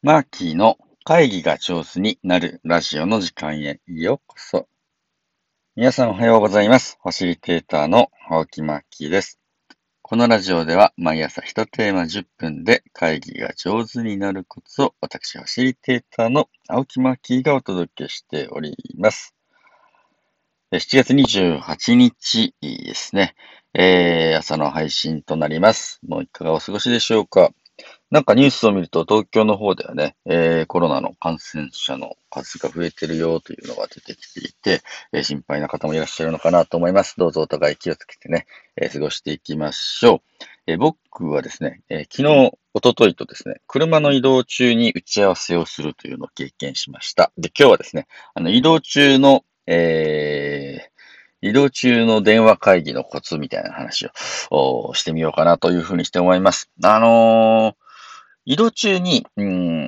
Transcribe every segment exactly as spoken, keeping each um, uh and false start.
マーキーの会議が上手になるラジオの時間へようこそ。皆さんおはようございます。ファシリテーターの青木マーキーです。このラジオでは毎朝いちテーマじゅっぷんで会議が上手になるコツを私、ファシリテーターの青木マーキーがお届けしております。しちがつにじゅうはちにちですね。えー、朝の配信となります。もういかがお過ごしでしょうか。なんかニュースを見ると東京の方ではね、えー、コロナの感染者の数が増えてるよというのが出てきていて、えー、心配な方もいらっしゃるのかなと思います。どうぞお互い気をつけてね、えー、過ごしていきましょう。えー、僕はですね、えー、昨日、一昨日とですね、車の移動中に打ち合わせをするというのを経験しました。で、今日はですね、あの移動中の、えー移動中の電話会議のコツみたいな話をしてみようかなというふうにして思います。あのー移動中に、うん、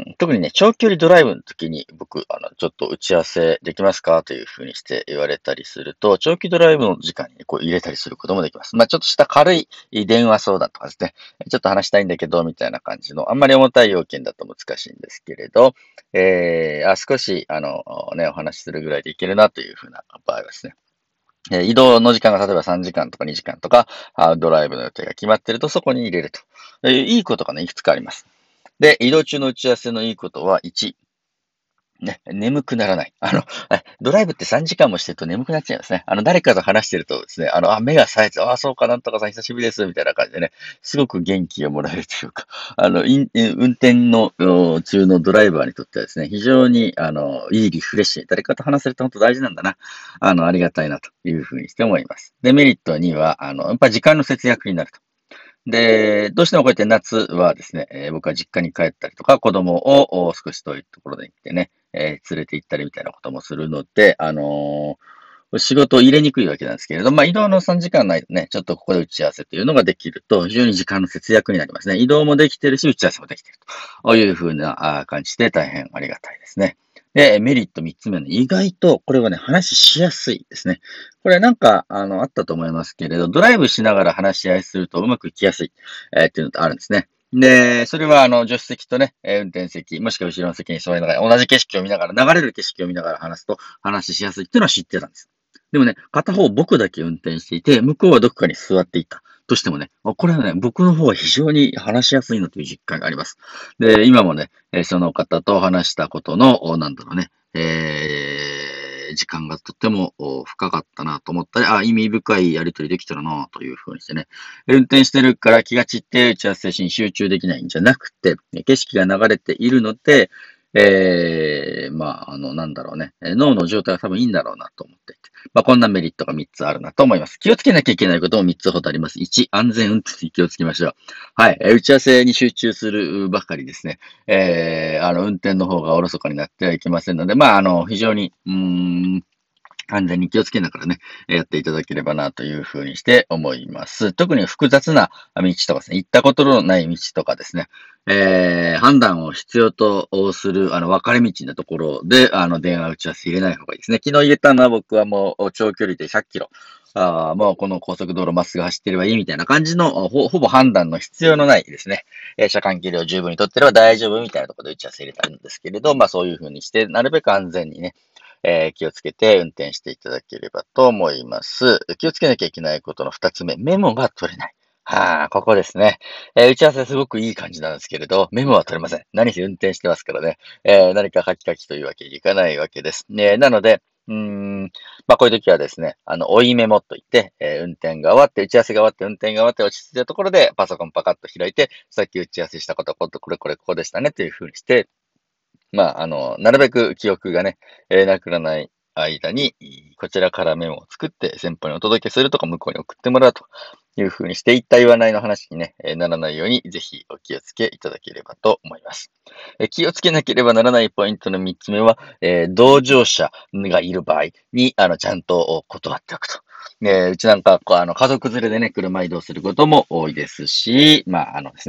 特にね、長距離ドライブの時に僕、あの、ちょっと打ち合わせできますかというふうにして言われたりすると、長期ドライブの時間に、ね、こう入れたりすることもできます。まあ、ちょっとした軽い電話相談とかですね、ちょっと話したいんだけど、みたいな感じの、あんまり重たい要件だと難しいんですけれど、えー、あ少し、あの、ね、お話しするぐらいでいけるなというふうな場合はですね、えー移動の時間が例えばさんじかんとかにじかんとか、あドライブの予定が決まっているとそこに入れると。えーいいことがね、いくつかあります。で、移動中の打ち合わせのいいことは、いち、ね、眠くならない。あの、えドライブってさんじかんもしてると眠くなっちゃいますね。あの、誰かと話してるとですね、あの、あ、目が冴えて、あ、そうかなんとかさん久しぶりです、みたいな感じでね、すごく元気をもらえるというか、あの、インえ運転のお中のドライバーにとってはですね、非常に、あの、いいリフレッシュ。誰かと話せると本当大事なんだな。あの、ありがたいなというふうにして思います。で、メリットには、あの、やっぱり時間の節約になると。で、どうしてもこうやって夏はですね、えー僕は実家に帰ったりとか、子供をお少し遠いところで行ってね、えー連れて行ったりみたいなこともするので、あのー仕事を入れにくいわけなんですけれど、まあ、移動のさんじかんないとね、ちょっとここで打ち合わせというのができると、非常に時間の節約になりますね。移動もできてるし、打ち合わせもできているというふうなあ感じで大変ありがたいですね。で、メリットみっつめの意外と、これはね、話しやすいですね。これなんか、あの、あったと思いますけれど、ドライブしながら話し合いするとうまくいきやすい、えーっていうのってあるんですね。で、それは、あの、助手席とね、えー運転席、もしくは後ろの席に座りながら、同じ景色を見ながら、流れる景色を見ながら話すと、話ししやすいっていうのは知ってたんです。でもね、片方僕だけ運転していて、向こうはどこかに座っていた。としてもね、これはね、僕の方は非常に話しやすいなという実感があります。で、今もね、えーその方と話したことの、おなんだろうね、えー時間がとってもお深かったなと思ったり、あ、意味深いやりとりできたらなというふうにしてね、運転してるから気が散って打ち合わせしに集中できないんじゃなくて、景色が流れているので、えー、まあ、あの、なんだろうね、えー脳の状態は多分いいんだろうなと思っていて、まあ、こんなメリットがみっつあるなと思います。気をつけなきゃいけないこともみっつほどあります。いち、安全運転に気をつけましょう。はい、えー打ち合わせに集中するばかりですね。えー、あの、運転の方がおろそかになってはいけませんので、まあ、あの、非常に、うーん、安全に気をつけながらね、やっていただければなというふうにして思います。特に複雑な道とかですね、行ったことのない道とかですね、えー、判断を必要とする、あの、分かれ道のところで、あの、電話打ち合わせ入れない方がいいですね。昨日入れたのは僕はもう長距離でひゃっキロ。あもうこの高速道路まっすぐ走ってればいいみたいな感じの、ほほぼ判断の必要のないですね。えー、車間距離を十分に取ってれば大丈夫みたいなところで打ち合わせ入れたんですけれど、まあそういうふうにして、なるべく安全にね、えー気をつけて運転していただければと思います。気をつけなきゃいけないことの二つ目、メモが取れない。はあ、ここですね。えー打ち合わせすごくいい感じなんですけれど、メモは取れません。何せ運転してますからね。えー何か書き書きというわけにいかないわけです。ね、なので、うーん、まあこういう時はですね、あの、追いメモといって、えー運転が終わって、打ち合わせが終わって、運転が終わって落ち着いたところで、パソコンパカッと開いて、さっき打ち合わせしたこと、これこれここでしたねというふうにして、まあ、あの、なるべく記憶がね、えーなくならない間に、こちらからメモを作って先輩にお届けするとか、向こうに送ってもらうというふうにして、言った言わないの話にね、えーならないように、ぜひお気をつけいただければと思います。えー気をつけなければならないポイントのみっつめは、えー同乗者がいる場合に、あの、ちゃんと断っておくと。えーうちなんか、こう、あの、家族連れでね、車移動することも多いですし、まあ、あのですね、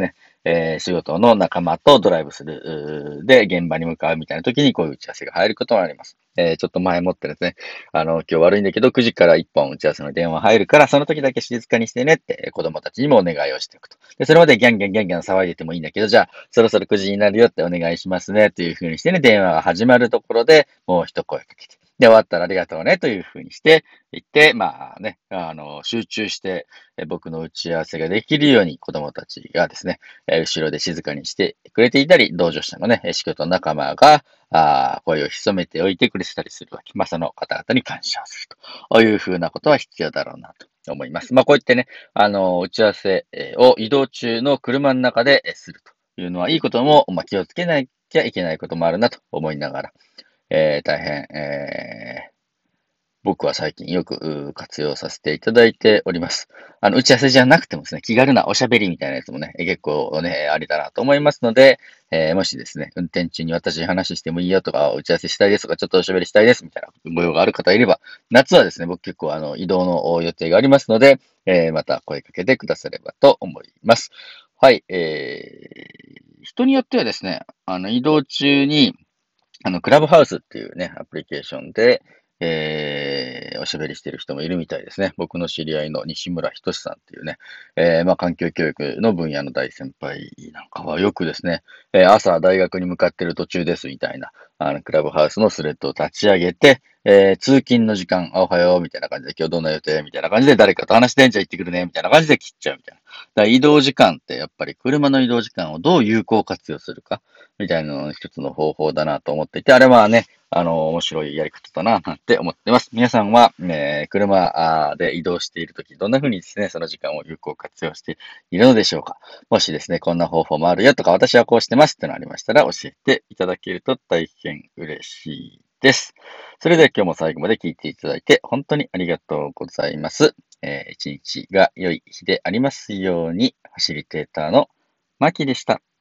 えー仕事の仲間とドライブする、うーで、現場に向かうみたいな時にこういう打ち合わせが入ることがあります。えーちょっと前もってですね、あの、今日悪いんだけど、くじからいっぽん打ち合わせの電話入るから、その時だけ静かにしてねって子供たちにもお願いをしておくと。で、それまでギャンギャンギャンギャン騒いでてもいいんだけど、じゃあ、そろそろくじになるよってお願いしますねという風にしてね、電話が始まるところでもう一声かけて。で、終わったらありがとうねという風にして言って、まあね、あの、集中してえ僕の打ち合わせができるように子供たちがですね、え後ろで静かにしてくれていたり、同乗者のね、仕事仲間が、あ声を潜めておいてくれてたりするわけ。まあ、その方々に感謝をすると。こういうふうなことは必要だろうなと思います。まあ、こういってね、あの、打ち合わせを移動中の車の中でするというのは、いいことも、まあ、気をつけなきゃいけないこともあるなと思いながら、えー、大変、えー僕は最近よく活用させていただいております。あの、打ち合わせじゃなくてもですね、気軽なおしゃべりみたいなやつもね、結構ね、ありだなと思いますので、えーもしですね、運転中に私に話してもいいよとか、打ち合わせしたいですとか、ちょっとおしゃべりしたいですみたいなご用がある方いれば、夏はですね、僕結構あの、移動の予定がありますので、えーまた声かけてくださればと思います。はい、えー、人によってはですね、あの、移動中に、あの、クラブハウスっていうね、アプリケーションで、えー、おしゃべりしてる人もいるみたいですね。僕の知り合いの西村仁さんっていうね、えー、まあ、環境教育の分野の大先輩なんかはよくですね、えー、朝大学に向かってる途中ですみたいな、あの、クラブハウスのスレッドを立ち上げて、えー、通勤の時間、あおはよう、みたいな感じで、今日どんな予定みたいな感じで、誰かと話してんじゃ行ってくるね、みたいな感じで切っちゃうみたいな。だから移動時間ってやっぱり車の移動時間をどう有効活用するか。みたいなのの一つの方法だなと思っていて、あれはね、あの、面白いやり方だな、なんて思ってます。皆さんは、ね、車で移動しているとき、どんな風にですね、その時間を有効活用しているのでしょうか。もしですね、こんな方法もあるよとか、私はこうしてますってのありましたら、教えていただけると大変嬉しいです。それでは今日も最後まで聞いていただいて、本当にありがとうございます。えー、一日が良い日でありますように、ファシリテーターのマキでした。